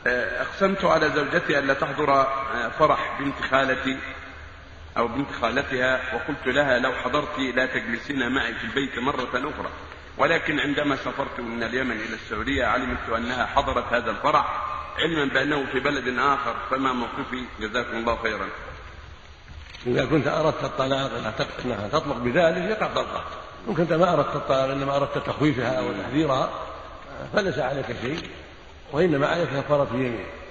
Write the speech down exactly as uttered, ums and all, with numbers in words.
أقسمت على زوجتي ألا تحضر فرح بنت خالتي أو بنت خالتها، وقلت لها لو حضرت لا تجلسين معي في البيت مرة أخرى، ولكن عندما سافرت من اليمن إلى السعودية علمت أنها حضرت هذا الفرح علما بأنه في بلد آخر، فما موقفي؟ جزاكم الله خيرا. إذا كنت أردت الطلاق أنها تطلق بذلك يقع طلقة. ممكن أنت ما أردت الطلاق إنما أردت تخويفها وتحذيرها فليس عليك شيء، وإنما عليك كفارة يمين.